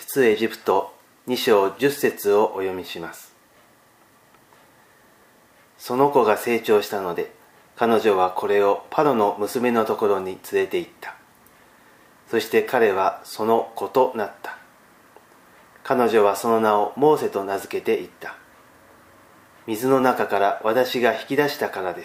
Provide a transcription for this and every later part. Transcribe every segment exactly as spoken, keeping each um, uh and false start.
出エジプトに章じゅっ節をお読みします。その子が成長したので、彼女はこれをパロの娘のところに連れて行った。そして彼はその子となった。彼女はその名をモーセと名付けて言った。水の中から私が引き出したからです。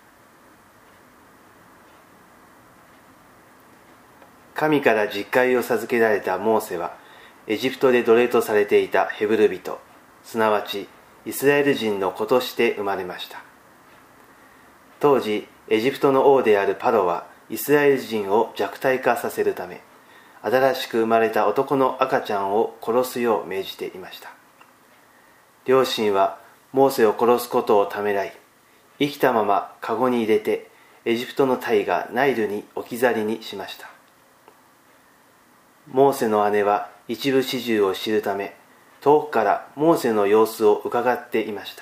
神から実戒を授けられたモーセは、エジプトで奴隷とされていたヘブル人、すなわちイスラエル人の子として生まれました。当時、エジプトの王であるパロは、イスラエル人を弱体化させるため、新しく生まれた男の赤ちゃんを殺すよう命じていました。両親はモーセを殺すことをためらい、生きたままカゴに入れて、エジプトの大河ナイルに置き去りにしました。モーセの姉は一部始終を知るため、遠くからモーセの様子を伺っていました。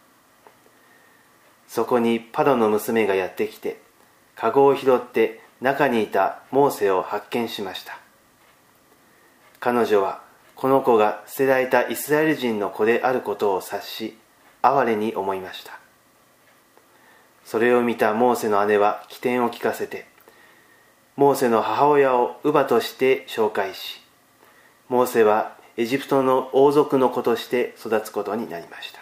そこにパロの娘がやってきて、カゴを拾って中にいたモーセを発見しました。彼女はこの子が捨てられたイスラエル人の子であることを察し、哀れに思いました。それを見たモーセの姉は機転を利かせて、モーセの母親を乳母として紹介し、モーセはエジプトの王族の子として育つことになりました。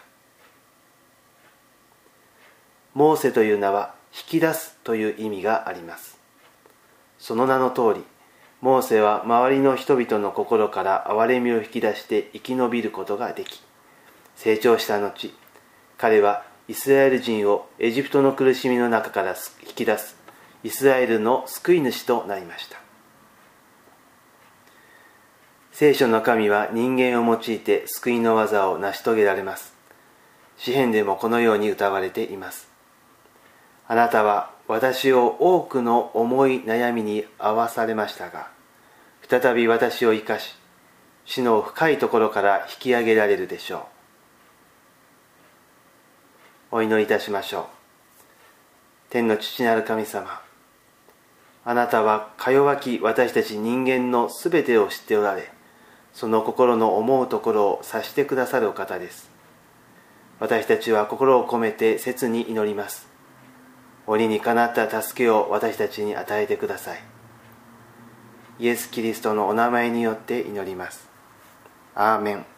モーセという名は引き出すという意味があります。その名の通り、モーセは周りの人々の心から憐れみを引き出して生き延びることができ、成長した後、彼はイスラエル人をエジプトの苦しみの中から引き出すイスラエルの救い主となりました。聖書の神は人間を用いて救いの技を成し遂げられます。詩編でもこのように歌われています。あなたは私を多くの重い悩みに遭わされましたが、再び私を生かし、死の深いところから引き上げられるでしょう。お祈りいたしましょう。天の父なる神様、あなたはか弱き私たち人間のすべてを知っておられ、その心の思うところを察してくださるお方です。私たちは心を込めて切に祈ります。折にかなった助けを私たちに与えてください。イエス・キリストのお名前によって祈ります。アーメン。